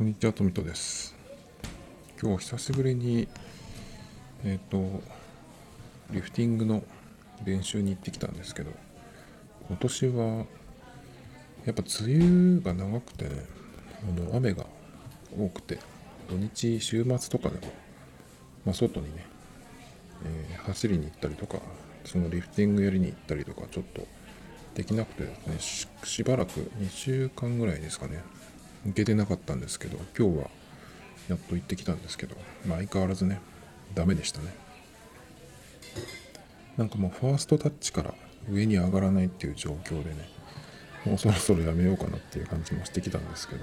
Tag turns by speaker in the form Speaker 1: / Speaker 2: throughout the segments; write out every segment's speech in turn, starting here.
Speaker 1: にちは、トミトです。今日久しぶりに、リフティングの練習に行ってきたんですけど、今年はやっぱ梅雨が長くてね、雨が多くて、土日、週末とかでも、外にね、走りに行ったりとか、そのリフティングやりに行ったりとか、ちょっとできなくてですね、しばらく2週間ぐらいですかね、行けてなかったんですけど、今日はやっと行ってきたんですけど、相変わらずね、ダメでしたね。なんかもうファーストタッチから上に上がらないっていう状況でね、もうそろそろやめようかなっていう感じもしてきたんですけど、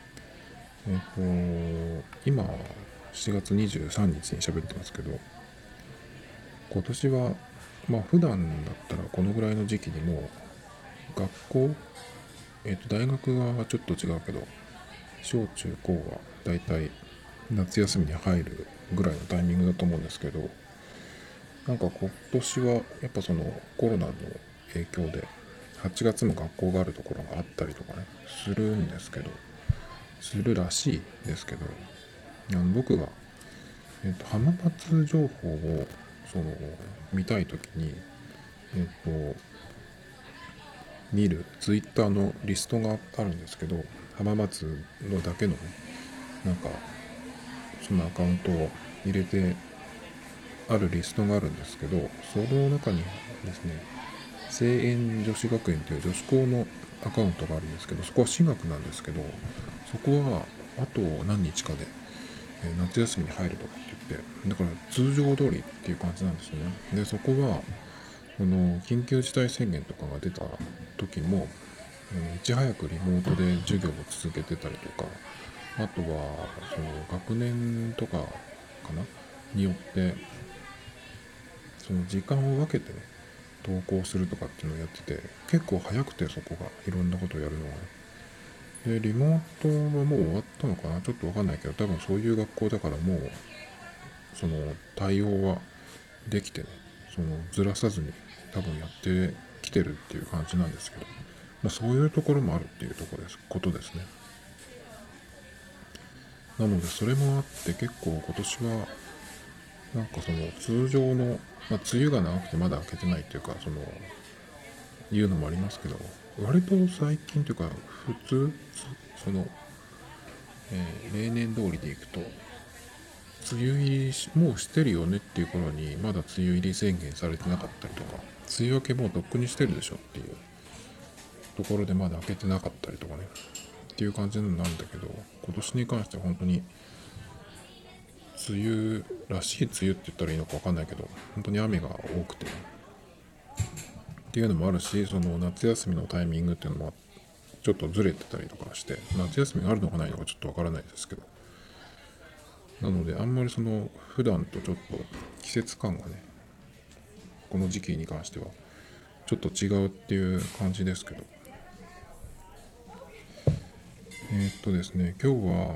Speaker 1: 今、7月23日に喋ってますけど、今年は、普段だったらこのぐらいの時期にもう学校、大学はちょっと違うけど、小中高はだいたい夏休みに入るぐらいのタイミングだと思うんですけど、なんか今年はやっぱそのコロナの影響で8月も学校があるところがあったりとかね、するんですけど、するらしいですけど、僕が、浜松情報をその見たいときに、見るツイッターのリストがあるんですけど、浜松のだけのね、なんかそのアカウントを入れてあるリストがあるんですけど、その中にですね、聖園女子学園という女子校のアカウントがあるんですけど、そこは私学なんですけど、そこはあと何日かで夏休みに入るとかって言って、だから通常通りっていう感じなんですよね。で、そこはこの緊急事態宣言とかが出た時も、いち早くリモートで授業を続けてたりとか、あとはその学年とかかなによってその時間を分けてね、登校するとかっていうのをやってて、結構早くて、そこがいろんなことをやるのがね。で、リモートはもう終わったのかな、ちょっとわかんないけど、多分そういう学校だからもうその対応はできてね、そのずらさずに多分やってきてるっていう感じなんですけど、そういうところもあるっていうことですね。なのでそれもあって結構今年はなんかその通常の、梅雨が長くてまだ明けてないっていうか、そのいうのもありますけど、割と最近というか普通、その、例年通りでいくと梅雨入りもうしてるよねっていう頃にまだ梅雨入り宣言されてなかったりとか、梅雨明けもうとっくにしてるでしょっていうところでまだ明けてなかったりとかねっていう感じなんだけど、今年に関しては本当に梅雨らしい梅雨って言ったらいいのか分かんないけど、本当に雨が多くてっていうのもあるし、その夏休みのタイミングっていうのもちょっとずれてたりとかして、夏休みがあるのかないのかちょっと分からないですけど、なのであんまりその普段とちょっと季節感がね、この時期に関してはちょっと違うっていう感じですけど、ですね、今日は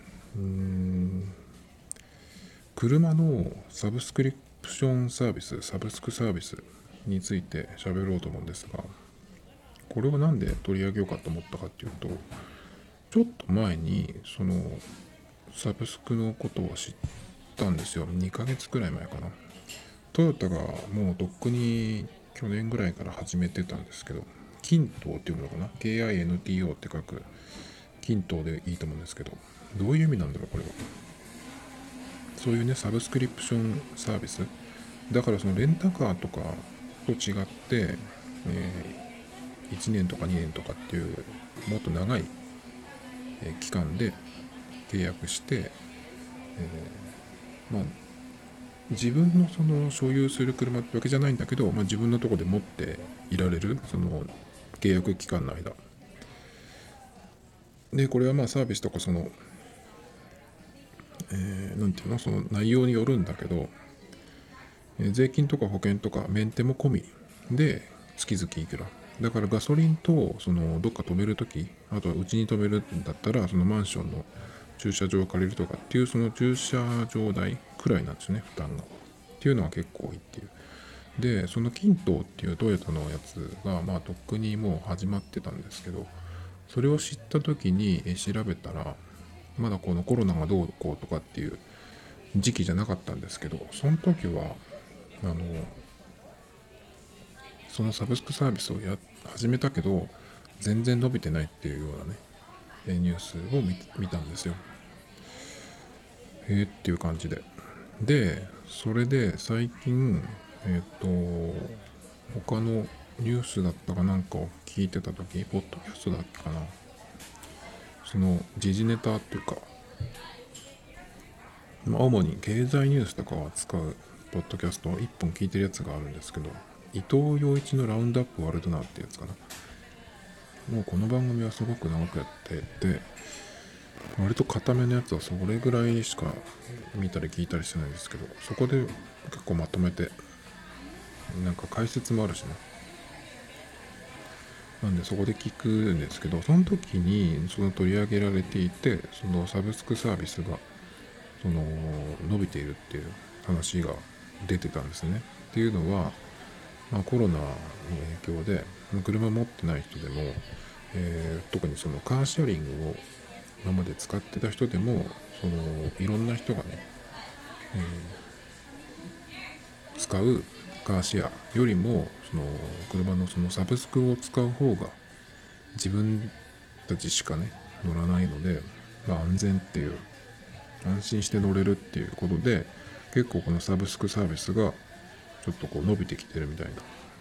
Speaker 1: 車のサブスクリプションサービス、サブスクサービスについて喋ろうと思うんですが、これをなんで取り上げようかと思ったかっていうと、ちょっと前にそのサブスクのことを知ったんですよ。2ヶ月くらい前かな。トヨタがもうとっくに去年ぐらいから始めてたんですけど、キントーっていうのかな、 KINTO って書くキントーでいいと思うんですけど、どういう意味なんだろうこれは。そういうね、サブスクリプションサービスだから、そのレンタカーとかと違って、1年とか2年とかっていうもっと長い期間で契約して、まあ自分のその所有する車ってわけじゃないんだけど、自分のところで持っていられるその契約期間の間で、これはサービスとかその、なんていうの、その内容によるんだけど、税金とか保険とかメンテも込みで月々いくらだから、ガソリンとそのどっか止めるとき、あとはうちに止めるんだったらそのマンションの駐車場を借りるとかっていう、その駐車場代くらいなんですよね、負担がっていうのは結構多いっていう。で、そのキントーっていうトヨタのやつがとっくにもう始まってたんですけど、それを知った時に調べたら、 まだこのコロナがどうこうとかっていう時期じゃなかったんですけど、その時はそのサブスクサービスを始めたけど全然伸びてないっていうようなねニュースを見たんですよ。っていう感じでそれで最近他のニュースだったかなんかを聞いてた時、ポッドキャストだっけかな、その時事ネタっていうか、主に経済ニュースとかを扱うポッドキャストを1本聞いてるやつがあるんですけど、伊藤洋一のラウンドアップワールドナウってやつかな。もうこの番組はすごく長くやってて、割と固めのやつはそれぐらいしか見たり聞いたりしてないんですけど、そこで結構まとめて、なんか解説もあるしね。なんでそこで聞くんですけど、その時にその取り上げられていて、そのサブスクサービスがその伸びているっていう話が出てたんですね。っていうのは、コロナの影響で車持ってない人でも、特にそのカーシェアリングを今まで使ってた人でもそのいろんな人がね、使うカーシェアよりもその車のそのサブスクを使う方が自分たちしかね乗らないので、安全っていう安心して乗れるっていうことで結構このサブスクサービスがちょっとこう伸びてきてるみたいな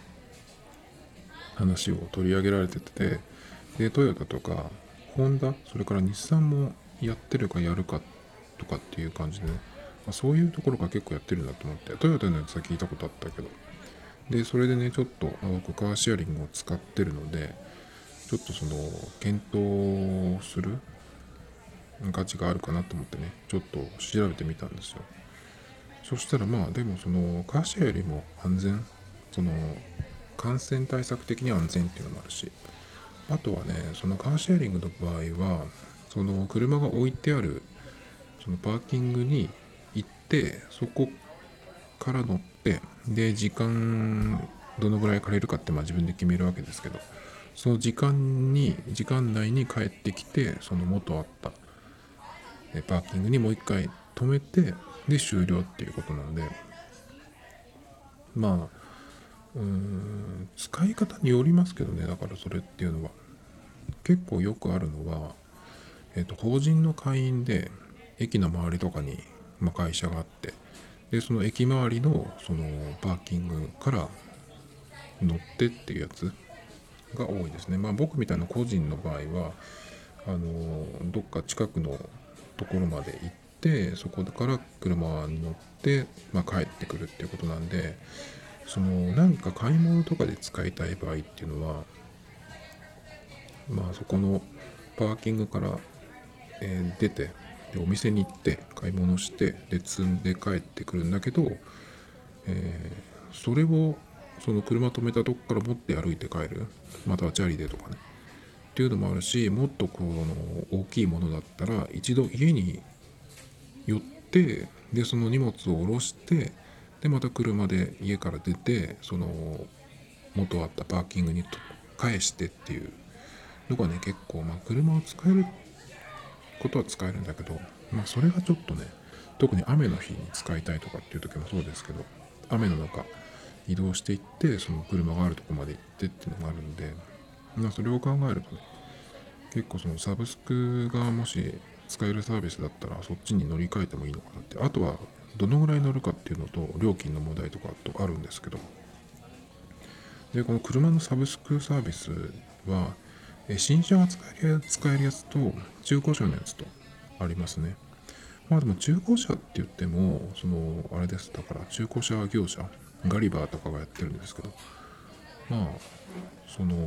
Speaker 1: 話を取り上げられてて、でトヨタとかホンダ、それから日産もやってるかやるかとかっていう感じでね、そういうところが結構やってるんだと思って、トヨタのやつは聞いたことあったけど、でそれでねちょっと僕カーシェアリングを使ってるので、ちょっとその検討する価値があるかなと思ってねちょっと調べてみたんですよ。そしたらでもそのカーシェアよりも安全、その感染対策的に安全っていうのもあるし、あとはねそのカーシェアリングの場合はその車が置いてあるそのパーキングに行ってそこから乗ってで時間どのぐらい借りるかって自分で決めるわけですけど、その時間内に帰ってきてその元あったパーキングにもう一回止めてで終了っていうことなので、使い方によりますけどね。だからそれっていうのは結構よくあるのは、法人の会員で駅の周りとかに、会社があって、でその駅周りのそのパーキングから乗ってっていうやつが多いですね。僕みたいな個人の場合はどっか近くのところまで行ってそこから車に乗って、帰ってくるっていうことなんで、そのなんか買い物とかで使いたい場合っていうのはそこのパーキングから、出てでお店に行って買い物してで積んで帰ってくるんだけど、それをその車止めたとこから持って歩いて帰る、またはチャリでとかねっていうのもあるし、もっとこの大きいものだったら一度家に寄ってでその荷物を下ろしてでまた車で家から出てその元あったパーキングに返してっていうのがね結構車を使えることは使えるんだけど、それがちょっとね特に雨の日に使いたいとかっていう時もそうですけど、雨の中移動していってその車があるとこまで行ってっていうのがあるんで、それを考えるとね結構そのサブスクがもし使えるサービスだったらそっちに乗り換えてもいいのかなって。あとはどのぐらい乗るかっていうのと料金の問題とかとあるんですけど、でこの車のサブスクサービスは新車が使えるやつと中古車のやつとありますね。でも中古車って言ってもそのあれです、だから中古車業者ガリバーとかがやってるんですけど、その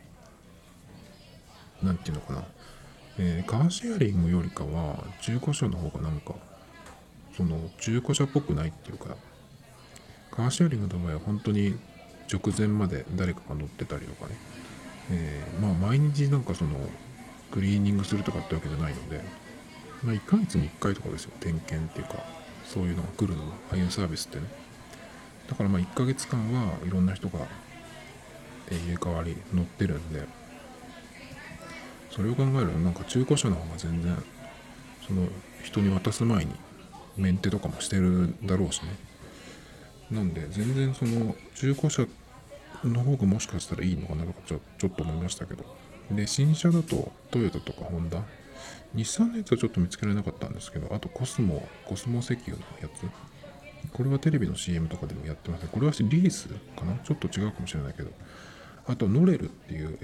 Speaker 1: なんていうのかな、カーシェアリングよりかは中古車の方がなんかその中古車っぽくないっていうか、カーシェアリングの場合は本当に直前まで誰かが乗ってたりとかね、毎日なんかそのクリーニングするとかってわけじゃないので、1ヶ月に1回とかですよ、点検っていうかそういうのが来るのはああいうサービスってね。だから1ヶ月間はいろんな人が入れ替わり乗ってるんで、それを考えるとなんか中古車の方が全然その人に渡す前にメンテとかもしてるだろうしね。なんで全然その中古車の方がもしかしたらいいのかなとかちょっと思いましたけど。で、新車だとトヨタとかホンダ、日産のやつはちょっと見つけられなかったんですけど、あとコスモ石油のやつ、これはテレビの CM とかでもやってますね。これはリースかな、ちょっと違うかもしれないけど。あとノレルっていう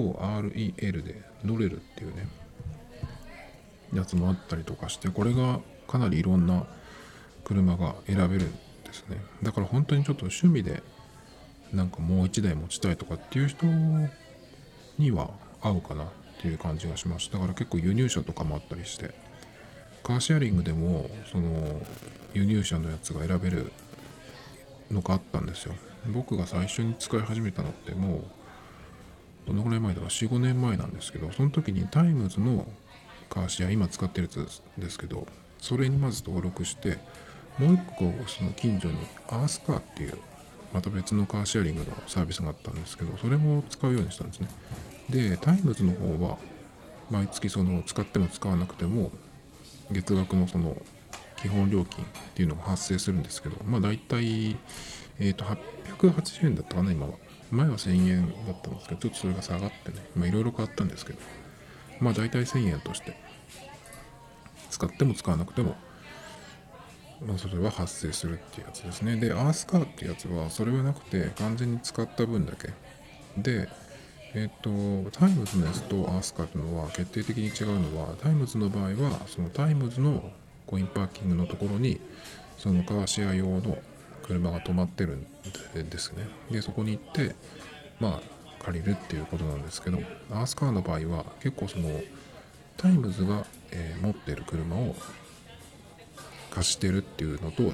Speaker 1: NOREL でノレルっていうねやつもあったりとかして、これがかなりいろんな車が選べるんですね。だから本当にちょっと趣味でなんかもう一台持ちたいとかっていう人には合うかなっていう感じがします。だから結構輸入車とかもあったりして、カーシェアリングでもその輸入車のやつが選べるのがあったんですよ。僕が最初に使い始めたのってもうどのぐらい前だろう、4、5年前なんですけど、その時にタイムズのカーシェア、今使ってるやつですけど、それにまず登録して、もう一個その近所にアースカーっていうまた別のカーシェアリングのサービスがあったんですけど、それも使うようにしたんですね。で、タイムズの方は毎月その使っても使わなくても月額のその基本料金っていうのが発生するんですけど、まあ大体、880円だったかな、今は。前は1000円だったんですけど、ちょっとそれが下がってね、まあいろいろ変わったんですけど、まあ大体1000円として、使っても使わなくても、まあそれは発生するっていうやつですね。で、アースカーっていうやつは、それはなくて、完全に使った分だけ。で、タイムズのやつとアースカーというのは決定的に違うのは、タイムズの場合は、そのタイムズのコインパーキングのところに、そのカーシェア用の車が止まってるんですね。で、そこに行って、まあ、借りるっていうことなんですけど、アースカーの場合は、結構その、タイムズが、持っている車を貸してるっていうのと違って、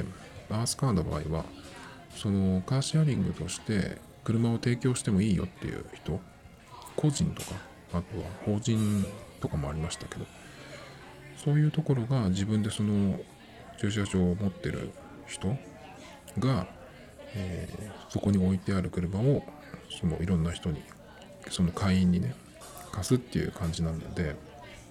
Speaker 1: アースカーの場合は、そのカーシェアリングとして車を提供してもいいよっていう人、個人とか、あとは法人とかもありましたけど、そういうところが自分でその駐車場を持ってる人が、そこに置いてある車をそのいろんな人に、その会員にね、貸すっていう感じなので、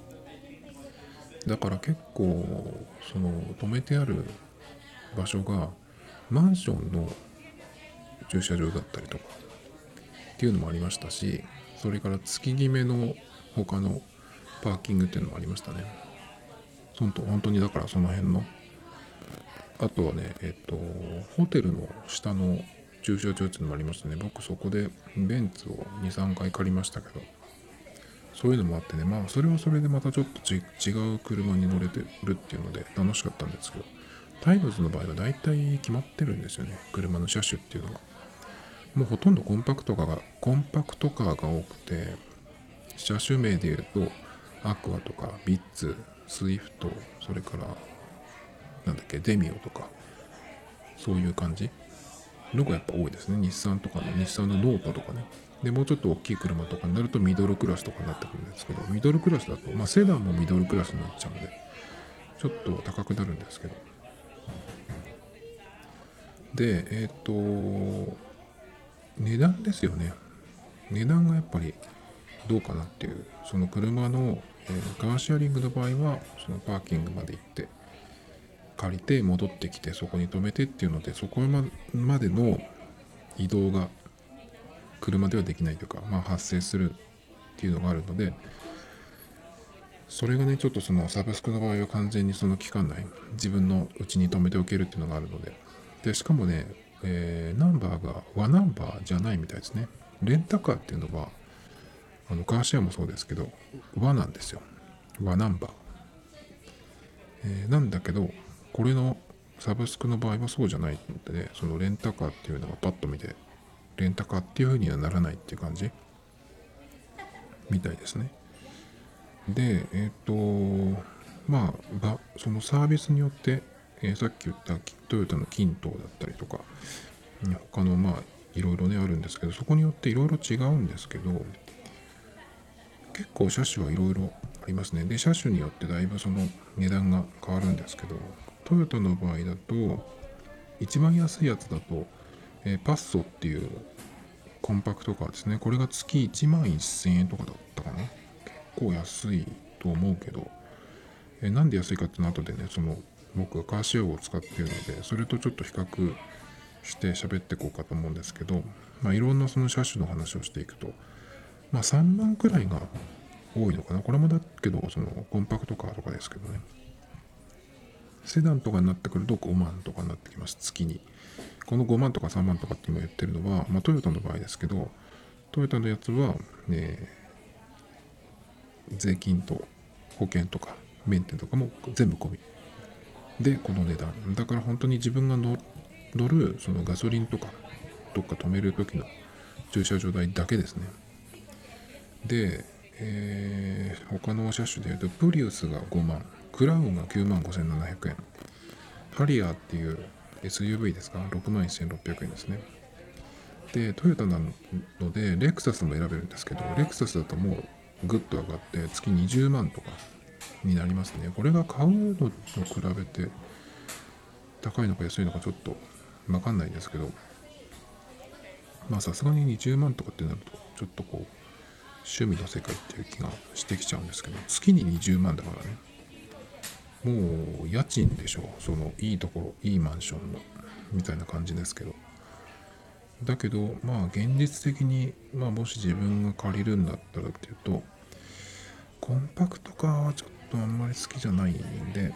Speaker 1: だから結構その止めてある場所がマンションの駐車場だったりとかっていうのもありましたし、それから月決めの他のパーキングっていうのもありましたね。本当にだからその辺の、あとはね、ホテルの下の駐車場っていうのもありましたね。僕そこでベンツを2、3回借りましたけど、そういうのもあってね、まあそれはそれでまたちょっと違う車に乗れてるっていうので楽しかったんですけど、タイムズの場合は大体決まってるんですよね、車の車種っていうのが。もうほとんどコンパクトカーが多くて、車種名で言うとアクアとかビッツ、スイフト、それからなんだっけデミオとか、そういう感じのがやっぱ多いですね。日産とかの日産のノートとかね。でもうちょっと大きい車とかになるとミドルクラスとかになってくるんですけど、ミドルクラスだと、まあセダンもミドルクラスになっちゃうのでちょっと高くなるんですけど、で値段ですよね。値段がやっぱりどうかなっていう、その車の、カーシェアリングの場合はそのパーキングまで行って借りて戻ってきてそこに止めてっていうので、そこまでの移動が車ではできないというか、まあ、発生するっていうのがあるので、それがねちょっとそのサブスクの場合は完全にその期間内自分のうちに止めておけるっていうのがあるので、しかもね、ナンバーが和ナンバーじゃないみたいですね。レンタカーっていうのはカーシェアもそうですけど和なんですよ。和ナンバー、なんだけどこれのサブスクの場合はそうじゃないので、ね、そのレンタカーっていうのがパッと見てレンタカーっていう風にはならないっていう感じみたいですね。でまあそのサービスによって、さっき言ったトヨタのキントだったりとか他のまあいろいろねあるんですけど、そこによっていろいろ違うんですけど、結構車種はいろいろありますね。で車種によってだいぶその値段が変わるんですけど、トヨタの場合だと一番安いやつだと、パッソっていうコンパクトカーですね。これが月1万1000円とかだったかな。結構安いと思うけど、 なんで安いかっていうのは後でね、僕がカーシェアを使っているので、それとちょっと比較して喋っていこうかと思うんですけど、いろんなその車種の話をしていくと、3万くらいが多いのかな。これもだけど、コンパクトカーとかですけどね。セダンとかになってくると5万とかになってきます、月に。この5万とか3万とかって今言ってるのは、トヨタの場合ですけど、トヨタのやつは、税金と保険とかメンテとかも全部込みでこの値段だから、本当に自分が乗るそのガソリンとかどっか止める時の駐車場代だけですね。で、他の車種でいうとプリウスが5万、クラウンが9万5700円、ハリアーっていう SUV ですか、6万1600円ですね。でトヨタなのでレクサスも選べるんですけど、レクサスだともうグッと上がって月20万とかになりますね。これが買うのと比べて高いのか安いのかちょっと分かんないですけど、さすがに20万とかってなるとちょっと趣味の世界っていう気がしてきちゃうんですけど、月に20万だからね、もう家賃でしょ、いいところいいマンションのみたいな感じですけど、だけど現実的にもし自分が借りるんだったらっていうと、コンパクトカーはちょっとあんまり好きじゃないんで、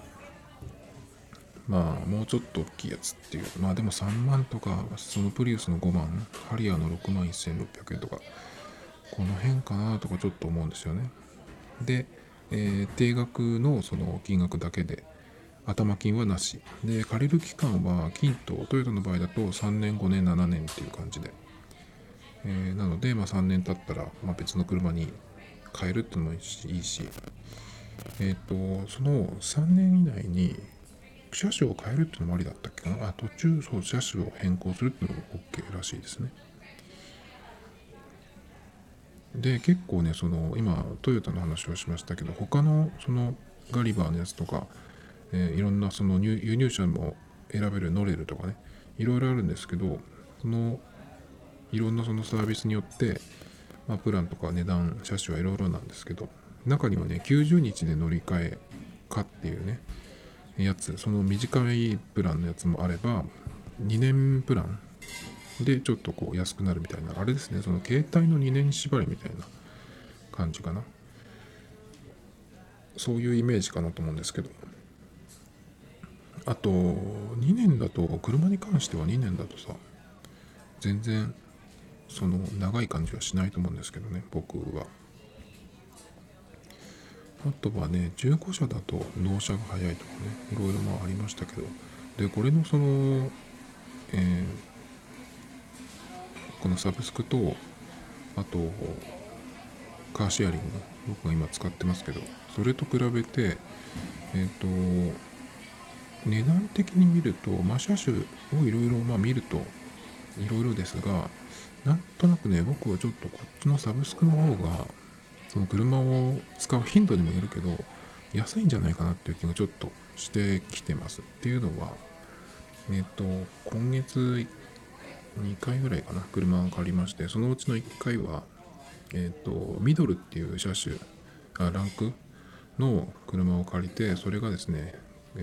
Speaker 1: もうちょっと大きいやつっていう、でも3万とか、そのプリウスの5万、ハリアーの6万1600円とか、この辺かなとかちょっと思うんですよね。で、定額のその金額だけで、頭金はなし。で、借りる期間は、金とトヨタの場合だと3年、5年、7年っていう感じで。なので、3年経ったら、別の車に変えるっていうのもいいし、その3年以内に車種を変えるっていうのもありだったっけかな。途中、車種を変更するっていうのも OK らしいですね。で、結構ね、今、トヨタの話をしましたけど、他のガリバーのやつとか、いろんな輸入車も選べるノレルとかね、いろいろあるんですけど、いろんなサービスによって、プランとか値段、車種はいろいろなんですけど、中にはね、90日で乗り換えかっていうね、やつ、短いプランのやつもあれば、2年プランでちょっと安くなるみたいな、あれですね、携帯の2年縛りみたいな感じかな。そういうイメージかなと思うんですけど、あと2年だと、車に関しては2年だとさ、全然長い感じはしないと思うんですけどね、僕は。あとはね、中古車だと納車が早いとかね、いろいろありましたけど、で、これのこのサブスクと、あと、カーシェアリング、僕が今使ってますけど、それと比べて、値段的に見ると、車種をいろいろ見ると、いろいろですが、なんとなくね、僕はちょっとこっちのサブスクの方が、その車を使う頻度にもよるけど、安いんじゃないかなっていう気がちょっとしてきてます。っていうのは、今月2回ぐらいかな、車を借りまして、そのうちの1回は、ミドルっていう車種、ランクの車を借りて、それがですね、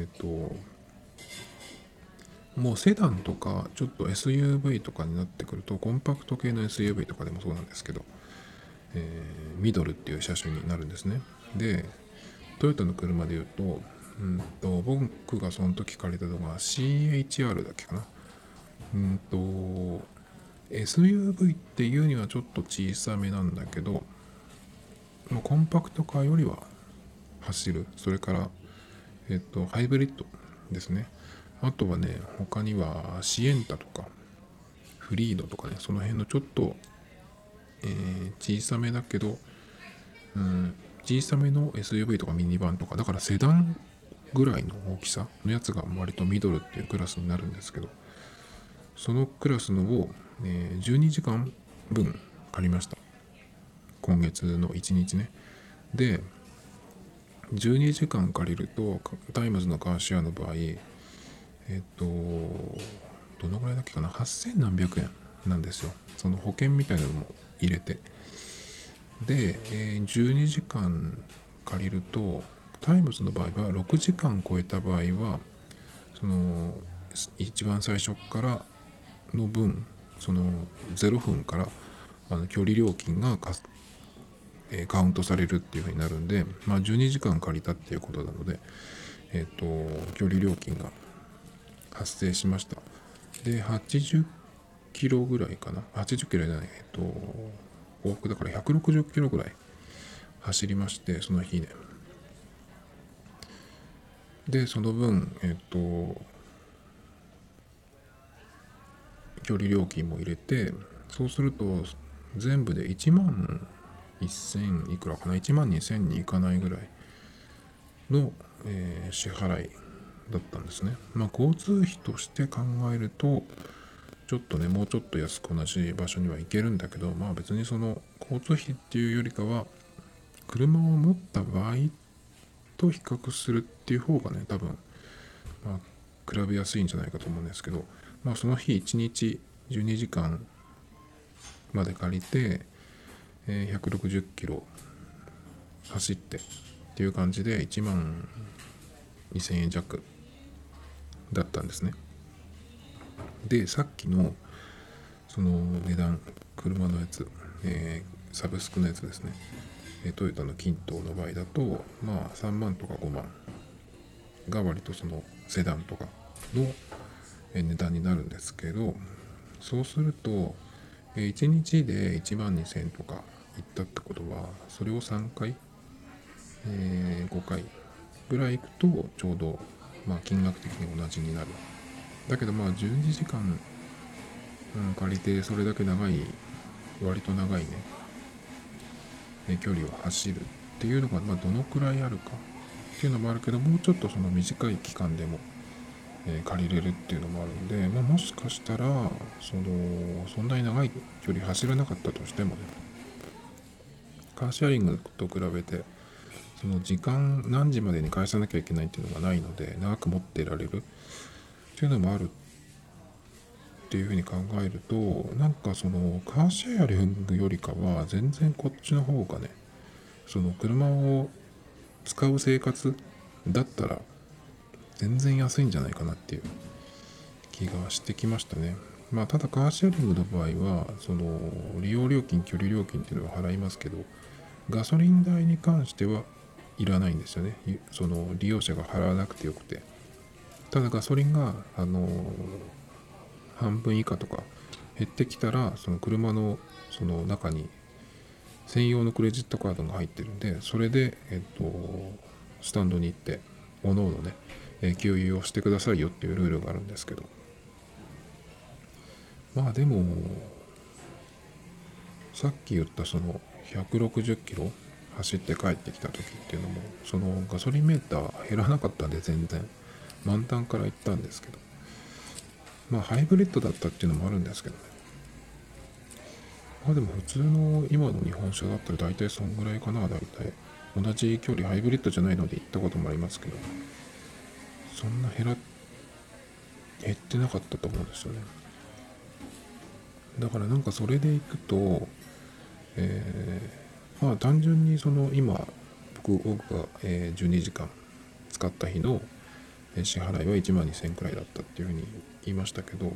Speaker 1: もうセダンとか、ちょっと SUV とかになってくると、コンパクト系の SUV とかでもそうなんですけど、ミドルっていう車種になるんですね。で、トヨタの車で言うと、僕がその時借りたのが CHR だっけかな。SUV っていうにはちょっと小さめなんだけど、コンパクトカーよりは走る。それから、ハイブリッドですね。あとはね、他にはシエンタとか、フリードとかね、その辺のちょっと、小さめだけど、小さめの SUV とかミニバンとか、だからセダンぐらいの大きさのやつが割とミドルっていうクラスになるんですけど、そのクラスのを、12時間分借りました。今月の1日ね。で、12時間借りると、タイムズのカーシェアの場合、どのぐらいだっけかな、8000何百円なんですよ。その保険みたいなのも入れて。で、12時間借りると、 タイムズの場合は6時間超えた場合はその一番最初からの分、その0分から距離料金がカウントされるっていう風になるんで、12時間借りたっていうことなので、距離料金が発生しました。で、80キロぐらいかな。80キロじゃない、往復だから160キロぐらい走りまして、その日ね。で、その分、距離料金も入れて、そうすると全部で1万1000いくらかな、1万2000にいかないぐらいの、支払いだったんですね。交通費として考えるとちょっとね、もうちょっと安く同じ場所には行けるんだけど、別にその交通費っていうよりかは車を持った場合と比較するっていう方がね、多分比べやすいんじゃないかと思うんですけど、その日1日12時間まで借りて、160キロ走ってっていう感じで1万2000円弱だったんですね。で、さっきのその値段、車のやつ、サブスクのやつですね、トヨタのキントの場合だと3万とか5万が割とそのセダンとかの値段になるんですけど、そうすると1日で1万2000円とか行ったってことは、それを3回、5回ぐらい行くとちょうど金額的に同じになる。だけど12時間、借りてそれだけ長い、割と長いね、距離を走るっていうのがどのくらいあるかっていうのもあるけど、もうちょっとその短い期間でも借りれるっていうのもあるんで、もしかしたらそんなに長い距離走らなかったとしてもね、カーシェアリングと比べてその時間何時までに返さなきゃいけないっていうのがないので、長く持っていられるっていうのもあるっていうふうに考えると、なんかそのカーシェアリングよりかは全然こっちの方がね、その車を使う生活だったら全然安いんじゃないかなっていう気がしてきましたね。ただカーシェアリングの場合はその利用料金、距離料金っていうのは払いますけど、ガソリン代に関してはいらないんですよね。その利用者が払わなくてよくて、ただガソリンが半分以下とか減ってきたら、その車のその中に専用のクレジットカードが入ってるんで、それでスタンドに行っておのおのね、給油をしてくださいよっていうルールがあるんですけど、でもさっき言ったその160キロ走って帰ってきた時っていうのも、そのガソリンメーター減らなかったんで全然満タンから行ったんですけど、ハイブリッドだったっていうのもあるんですけどね。でも普通の今の日本車だったら大体そんぐらいかな。大体同じ距離、ハイブリッドじゃないので行ったこともありますけど、そんな減ってなかったと思うんですよね。だからなんかそれでいくと、単純にその今僕が、12時間使った日の支払いは1万2000円くらいだったっていうふうに言いましたけど、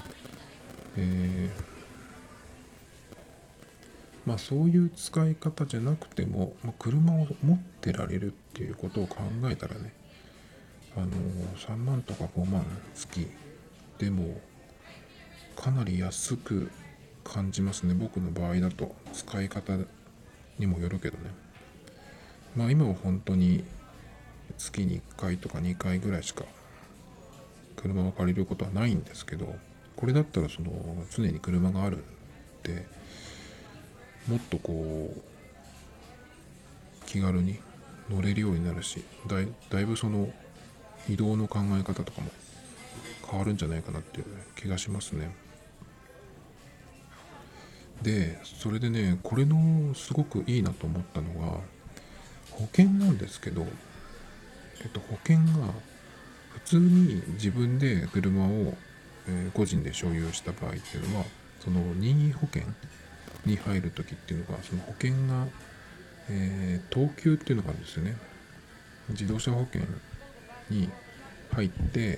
Speaker 1: そういう使い方じゃなくても、車を持ってられるっていうことを考えたらね、3万とか5万月でもかなり安く感じますね。僕の場合だと使い方にもよるけどね。今は本当に月に1回とか2回ぐらいしか車を借りることはないんですけど、これだったらその常に車があるんで、もっとこう気軽に乗れるようになるし、だいぶその移動の考え方とかも変わるんじゃないかなっていう気がしますね。で、それでね、これのすごくいいなと思ったのが保険なんですけど、保険が普通に自分で車を、個人で所有した場合っていうのは、その任意保険に入るときっていうのが、その保険が、等級っていうのがあるんですよね。 自動車保険に入って、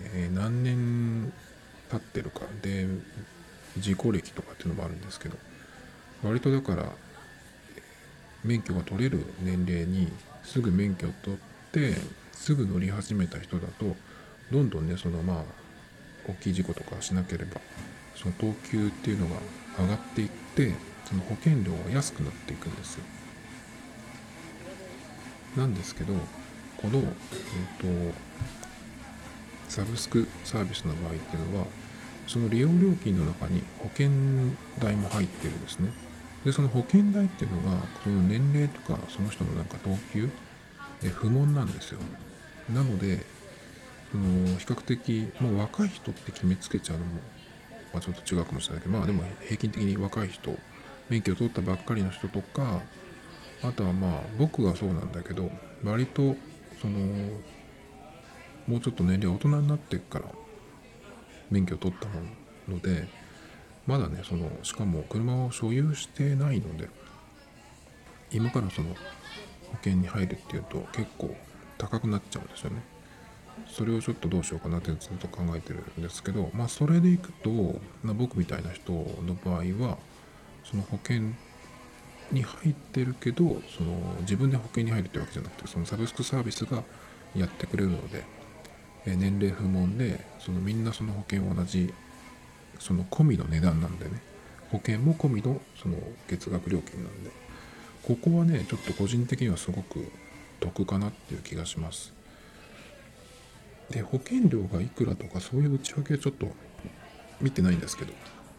Speaker 1: 何年経ってるかで事故歴とかっていうのもあるんですけど、割とだから免許が取れる年齢にすぐ免許を取ってすぐ乗り始めた人だと、どんどんねその大きい事故とかしなければその等級っていうのが上がっていって、その保険料が安くなっていくんですよ。なんですけど、この、サブスクサービスの場合っていうのは、その利用料金の中に保険代も入ってるんですね。でその保険代っていうのがその年齢とかその人のなんか等級で不問なんですよ。なので比較的もう若い人って決めつけちゃうのも、ちょっと違うかもしれないけど、でも平均的に若い人、免許を取ったばっかりの人とか、あとは僕がそうなんだけど、割とそのもうちょっと年齢大人になってから免許を取ったので、まだねしかも車を所有してないので、今からその保険に入るっていうと結構高くなっちゃうんですよね。それをちょっとどうしようかなってずっと考えてるんですけど、それでいくと、僕みたいな人の場合はその保険に入ってるけど、自分で保険に入るってわけじゃなくて、そのサブスクサービスがやってくれるので、年齢不問でみんなその保険は同じ込みの値段なんでね、保険も込みの月額料金なんで、ここはねちょっと個人的にはすごく得かなっていう気がします。で保険料がいくらとかそういう内訳はちょっと見てないんですけど、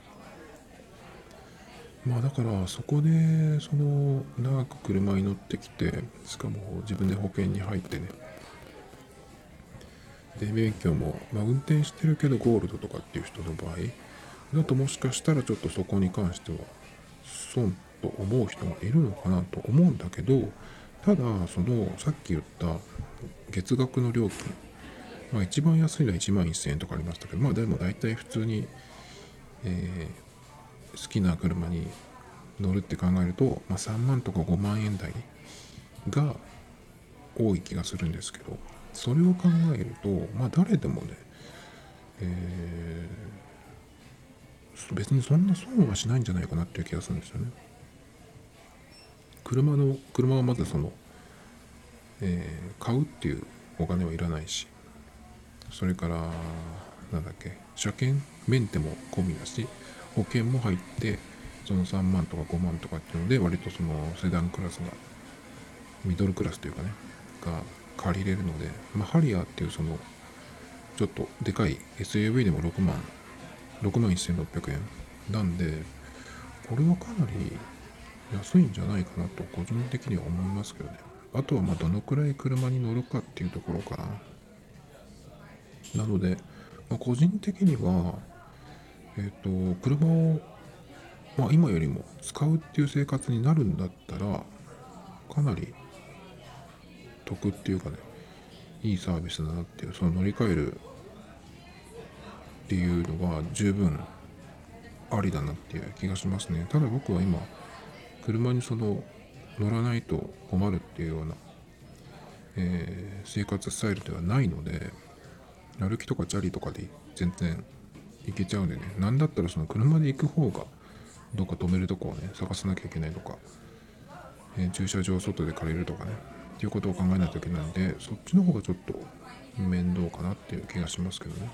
Speaker 1: だからそこで長く車に乗ってきて、しかも自分で保険に入ってね、で免許も、運転してるけどゴールドとかっていう人の場合だと、もしかしたらちょっとそこに関しては損と思う人がいるのかなと思うんだけど、たださっき言った月額の料金、一番安いのは1万1000円とかありましたけど、でも大体普通に、好きな車に乗るって考えると、3万とか5万円台が多い気がするんですけど、それを考えると誰でもね、別にそんな損はしないんじゃないかなっていう気がするんですよね。車はまず買うっていうお金はいらないし、それから車検メンテも込みだし、保険も入ってその3万とか5万とかっていうので、割とセダンクラスがミドルクラスというかねが借りれるので、ハリアーっていうちょっとでかい SUV でも6万1600円なんで、これはかなり安いんじゃないかなと個人的には思いますけどね。あとはどのくらい車に乗るかっていうところかな。なので、個人的には車を、今よりも使うっていう生活になるんだったら、かなり得っていうかね、いいサービスだなっていう、乗り換えるっていうのは十分ありだなっていう気がしますね。ただ僕は今車に乗らないと困るっていうような、生活スタイルではないので、歩きとかチャリとかで全然行けちゃうんでね、なんだったら車で行く方がどっか止めるとこをね探さなきゃいけないとか、駐車場を外で借りるとかねっていうことを考えないといけないんで、そっちの方がちょっと面倒かなっていう気がしますけどね。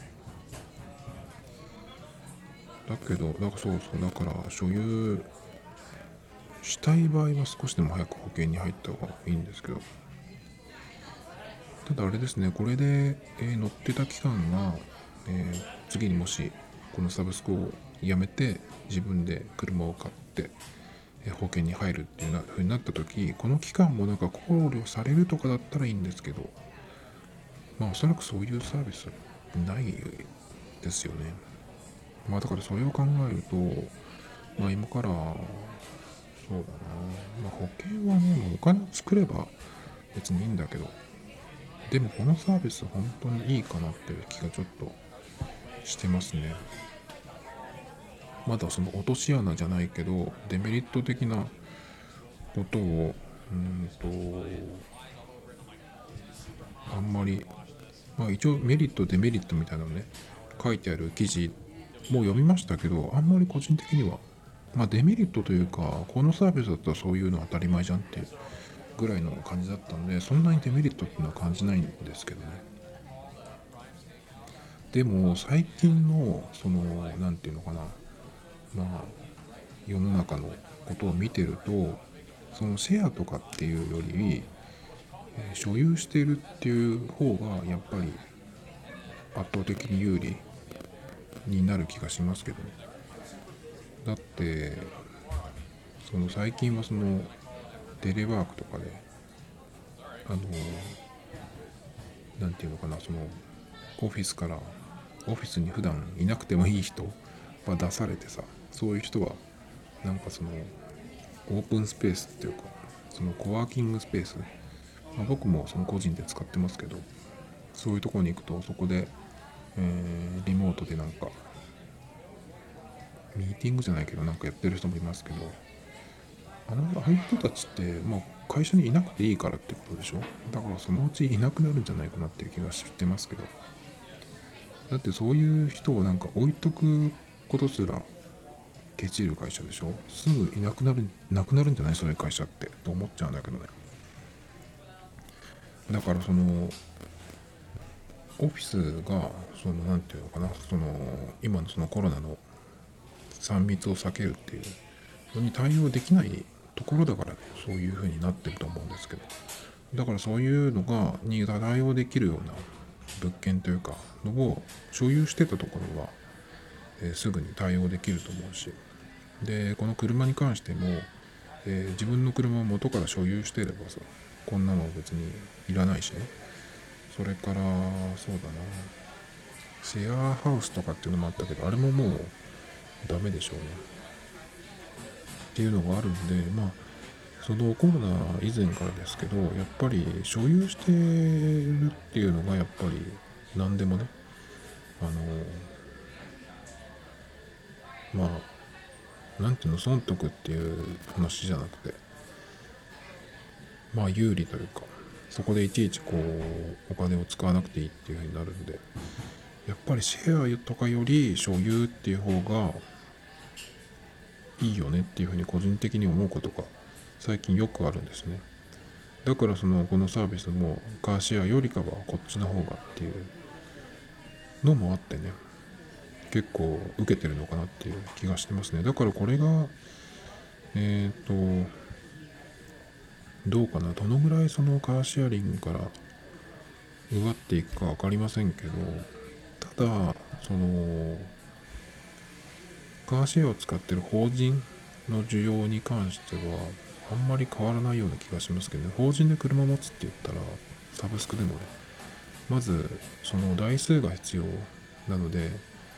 Speaker 1: だけどだから所有したい場合は少しでも早く保険に入った方がいいんですけど、ただあれですね、これで、乗ってた期間が、次にもしこのサブスクをやめて自分で車を買って、保険に入るっていう風になった時、この期間も考慮されるとかだったらいいんですけど、おそらくそういうサービスないですよね。だからそれを考えると、今からそうだな、保険はねもうお金を作れば別にいいんだけど、でもこのサービス本当にいいかなっていう気がちょっとしてますね。まだ落とし穴じゃないけどデメリット的なことをあんまり、一応メリットデメリットみたいなのね書いてある記事も読みましたけど、あんまり個人的には、デメリットというか、このサービスだったらそういうの当たり前じゃんっていうぐらいの感じだったので、そんなにデメリットっていうのは感じないんですけどね。でも最近のそのなんていうのかな、世の中のことを見てると、そのシェアとかっていうより、所有しているっていう方がやっぱり圧倒的に有利になる気がしますけどね。だってその最近はそのテレワークとかで、あのなんていうのかな、そのオフィスからオフィスに普段いなくてもいい人は出されてさ、そういう人はなんかそのオープンスペースっていうか、そのコワーキングスペース、僕もその個人で使ってますけど、そういうところに行くとそこで、リモートでなんかミーティングじゃないけどなんかやってる人もいますけど、ああいう人たちって、会社にいなくていいからってことでしょ。だからそのうちいなくなるんじゃないかなっていう気がしてますけど、だってそういう人をなんか置いとくことすらケチる会社でしょ。すぐいなくなるんじゃない、そういう会社ってと思っちゃうんだけどね。だからそのオフィスがそのなんていうのかな、その今のそのコロナの3密を避けるっていうのに対応できないところだからね、そういう風になってると思うんですけど、だからそういうのに対応できるような物件というかのを所有してたところは、すぐに対応できると思うし、でこの車に関しても、自分の車を元から所有していればさ、こんなの別にいらないしね。それからそうだな、シェアハウスとかっていうのもあったけど、あれももうダメでしょうねっていうのがあるんで、そのコロナ以前からですけど、やっぱり所有してるっていうのがやっぱり何でもね、あのなんていうの、損得っていう話じゃなくて、有利というか、そこでいちいちこうお金を使わなくていいっていう風になるんで、やっぱりシェアとかより所有っていう方がいいよねっていう風に個人的に思うことが最近よくあるんですね。だからこのサービスもカーシェアよりかはこっちの方がっていうのもあってね、結構受けてるのかなっていう気がしてますね。だからこれがどうかな、どのぐらいそのカーシェアリングから奪っていくか分かりませんけど、ただそのカーシェアを使ってる法人の需要に関してはあんまり変わらないような気がしますけどね。法人で車持つって言ったらサブスクでもね、まずその台数が必要なので、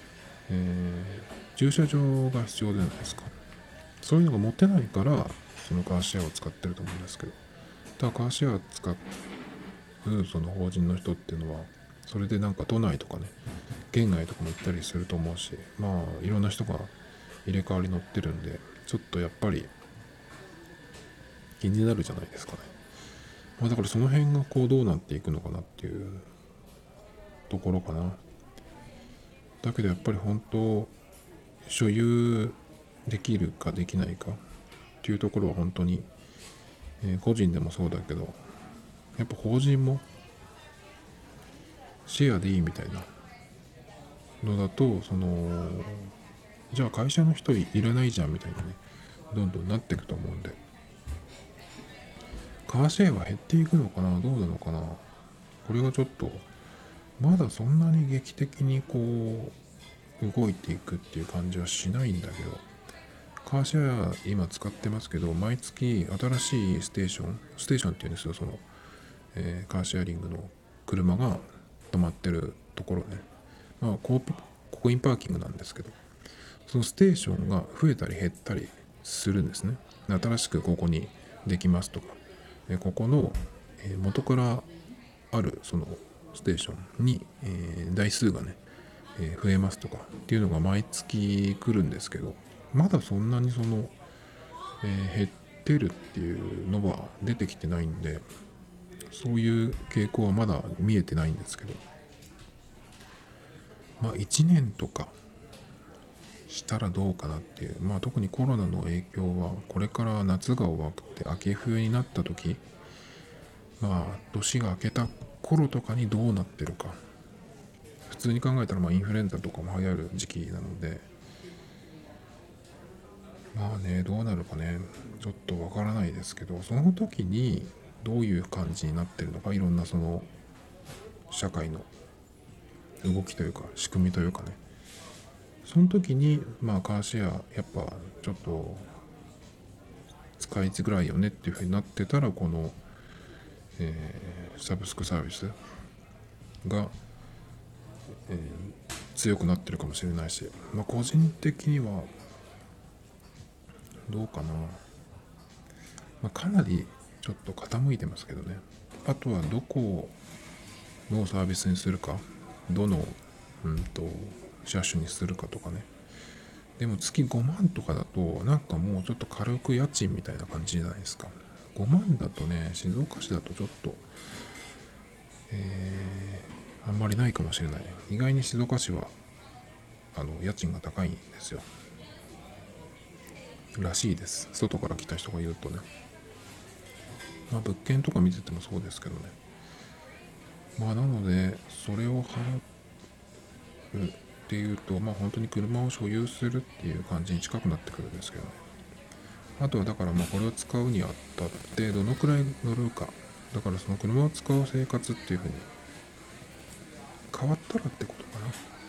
Speaker 1: 駐車場が必要じゃないですか。そういうのが持てないからそのカーシェアを使ってると思うんですけど、ただカーシェアを使うその法人の人っていうのはそれでなんか都内とかね、県外とかも行ったりすると思うし、いろんな人が入れ替わり乗ってるんで、ちょっとやっぱり気になるじゃないですかね。だからその辺がこうどうなっていくのかなっていうところかな。だけどやっぱり本当所有できるかできないかっていうところは本当に、個人でもそうだけど、やっぱ法人もシェアでいいみたいなのだと、じゃあ会社の人いらないじゃんみたいなね、どんどんなっていくと思うんで、カーシェアは減っていくのかな、どうなのかな。これがちょっとまだそんなに劇的にこう動いていくっていう感じはしないんだけど、カーシェア今使ってますけど、毎月新しいステーションっていうんですよ、カーシェアリングの車が止まってるところね。コインパーキングなんですけど、そのステーションが増えたり減ったりするんですね。新しくここにできますとか、ここの元からあるそのステーションに、台数がね、増えますとかっていうのが毎月来るんですけど、まだそんなに減ってるっていうのは出てきてないんで、 そういう傾向はまだ見えてないんですけど、1年とかしたらどうかなっていう、特にコロナの影響はこれから夏が終わって秋冬になった時、年が明けた頃とかにどうなってるか。普通に考えたらインフルエンザとかも流行る時期なので、どうなるかね、ちょっとわからないですけど、その時にどういう感じになってるのか、いろんなその社会の動きというか仕組みというかね、その時にカーシェアやっぱちょっと使いづらいよねっていう風になってたら、この、サブスクサービスが、強くなってるかもしれないし、個人的にはどうかな、かなりちょっと傾いてますけどね。あとはどこのサービスにするか、どの車種にするかとかね。でも月5万とかだとなんかもうちょっと軽く家賃みたいな感じじゃないですか。5万だとね、静岡市だとちょっと、あんまりないかもしれない。意外に静岡市は家賃が高いんですよ。らしいです。外から来た人が言うとね。物件とか見ててもそうですけどね。なのでそれを払うっていうと、本当に車を所有するっていう感じに近くなってくるんですけどね。あとはだからこれを使うにあたってどのくらい乗るか。だからその車を使う生活っていう風に変わったらってことか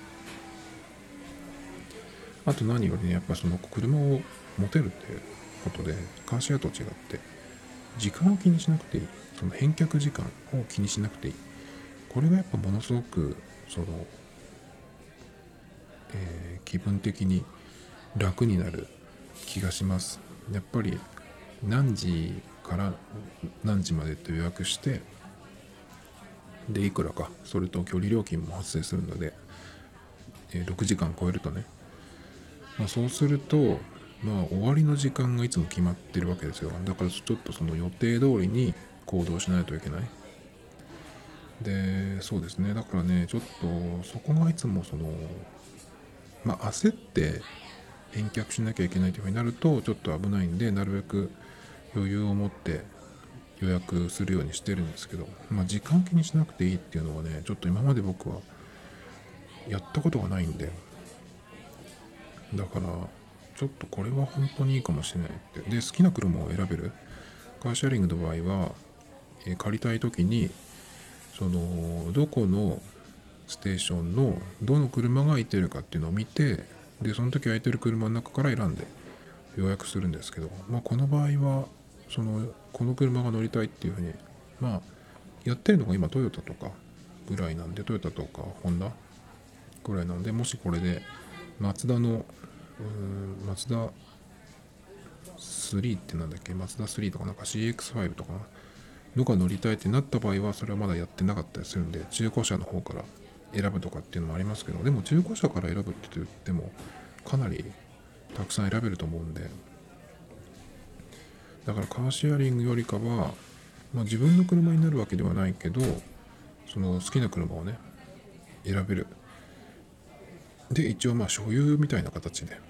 Speaker 1: な。あと何よりね、やっぱその車を持てるっていうことで、カーシェアと違って時間を気にしなくていい。その返却時間を気にしなくていい。これがやっぱものすごくその、気分的に楽になる気がします。やっぱり何時から何時までって予約して、でいくらか、それと距離料金も発生するので、6時間超えるとね、そうすると終わりの時間がいつも決まってるわけですよ。だからちょっとその予定通りに行動しないといけない。で、そうですね。だからね、ちょっとそこがいつもその焦って返却しなきゃいけないというふうになるとちょっと危ないんで、なるべく余裕を持って予約するようにしてるんですけど、時間気にしなくていいっていうのはね、ちょっと今まで僕はやったことがないんで、だからちょっとこれは本当にいいかもしれないって。で、好きな車を選べる。カーシェアリングの場合は、借りたい時にそのどこのステーションのどの車が空いてるかっていうのを見て、でその時空いてる車の中から選んで予約するんですけど、この場合はこの車が乗りたいっていうふうにやってるのが今トヨタとかぐらいなんで、トヨタとかホンダぐらいなんで、もしこれでマツダのマツダ3ってなんだっけ、マツダ3とかなんか CX5 とかのが乗りたいってなった場合は、それはまだやってなかったりするんで、中古車の方から選ぶとかっていうのもありますけど、でも中古車から選ぶって言ってもかなりたくさん選べると思うんで、だからカーシェアリングよりかは、自分の車になるわけではないけど、その好きな車をね選べる。で一応所有みたいな形で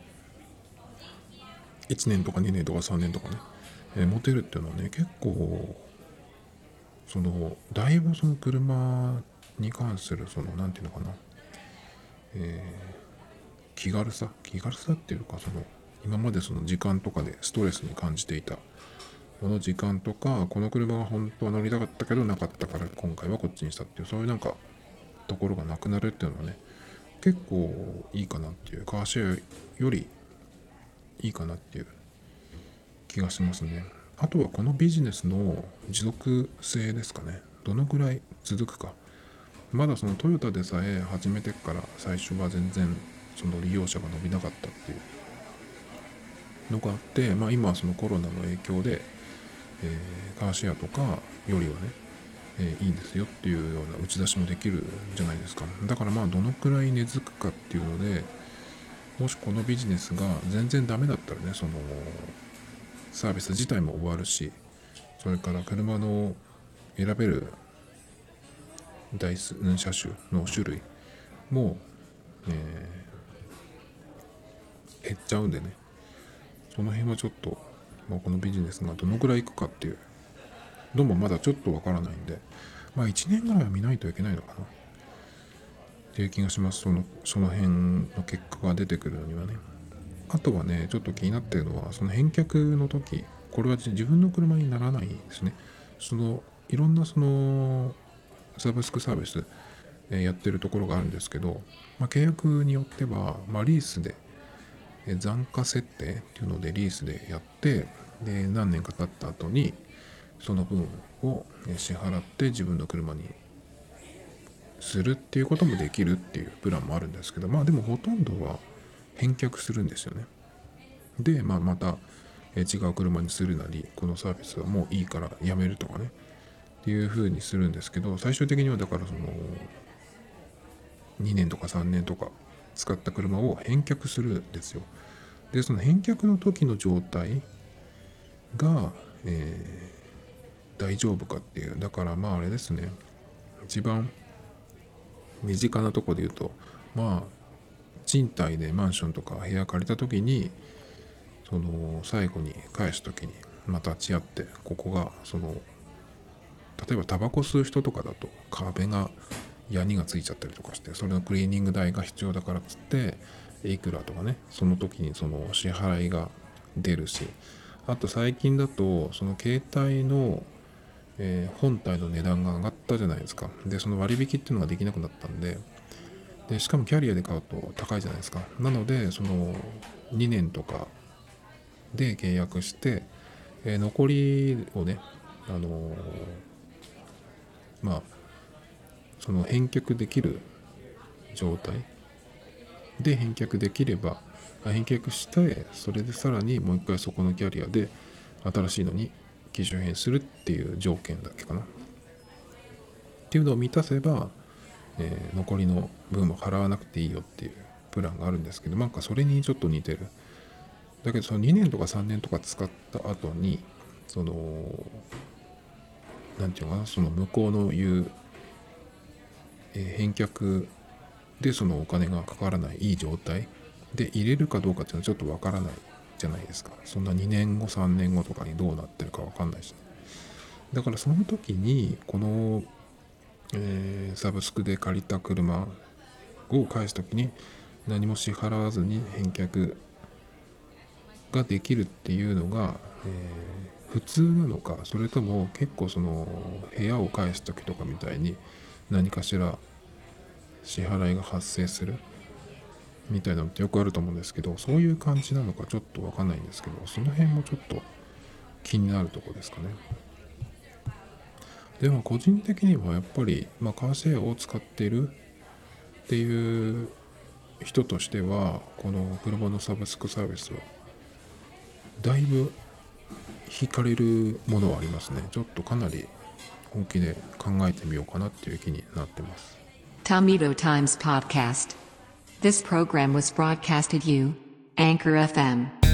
Speaker 1: 1年とか2年とか3年とかね、持てるっていうのはね、結構だいぶその車に関するなんていうのかな、気軽さっていうか、今までその時間とかでストレスに感じていたこの時間とか、この車が本当は乗りたかったけどなかったから今回はこっちにしたっていう、そういうところがなくなるっていうのはね、結構いいかなっていう、カーシェアよりいいかなっていう気がしますね。あとはこのビジネスの持続性ですかね。どのくらい続くか。まだそのトヨタでさえ始めてから最初は全然その利用者が伸びなかったっていうのがあって、今はそのコロナの影響で、カーシェアとかよりはね、いいですよっていうような打ち出しもできるじゃないですか。だからどのくらい根付くかっていうので、もしこのビジネスが全然ダメだったらね、そのサービス自体も終わるし、それから車の選べる台数車種の種類も、減っちゃうんでね、その辺はちょっと、このビジネスがどのくらいいくかっていうのもまだちょっとわからないんで、1年ぐらいは見ないといけないのかなっていう気がします。その辺の結果が出てくるのにはね。あとはね、ちょっと気になってるのは、その返却の時、これは自分の車にならないですね。いろんなサブスクサービス、やってるところがあるんですけど、契約によっては、リースで、残価設定っていうのでリースでやって、で何年か経った後にその分を支払って自分の車にするっていうこともできるっていうプランもあるんですけど、でもほとんどは返却するんですよね。で、また違う車にするなり、このサービスはもういいからやめるとかねっていう風にするんですけど、最終的にはだから2年とか3年とか使った車を返却するんですよ。でその返却の時の状態が、大丈夫かっていう、だからあれですね、一番身近なところで言うと、賃貸でマンションとか部屋借りた時に最後に返す時に立ち会って、ここが例えばタバコ吸う人とかだと壁がヤニがついちゃったりとかして、それのクリーニング代が必要だからっつっていくらとかね、その時に支払いが出るし、あと最近だと携帯の、本体の値段が上がったじゃないですか。でその割引っていうのができなくなったんで、しかもキャリアで買うと高いじゃないですか。なので2年とかで契約して、残りをね、返却できる状態で返却できれば、返却して、それでさらにもう一回そこのキャリアで新しいのに機種変するっていう条件だけかなっていうのを満たせば、残りの分も払わなくていいよっていうプランがあるんですけど、それにちょっと似てる。だけど2年とか3年とか使った後になんていうのかな、向こうの言う、返却でお金がかからないいい状態で入れるかどうかっていうのはちょっとわからないじゃないですか。そんな2年後3年後とかにどうなってるかわかんないし、ね、だからその時にこの、サブスクで借りた車を返す時に何も支払わずに返却ができるっていうのが、普通なのか、それとも結構部屋を返す時とかみたいに何かしら支払いが発生するみたいなのってよくあると思うんですけど、そういう感じなのかちょっと分かんないんですけど、その辺もちょっと気になるところですかね。でも個人的にはやっぱり、カーシェアを使っているっていう人としては、この車のサブスクサービスはだいぶ惹かれるものはありますね。ちょっとかなり本気で考えてみようかなっていう気になってます。
Speaker 2: Tomito Times Podcast. This program was broadcasted you, Anchor FM.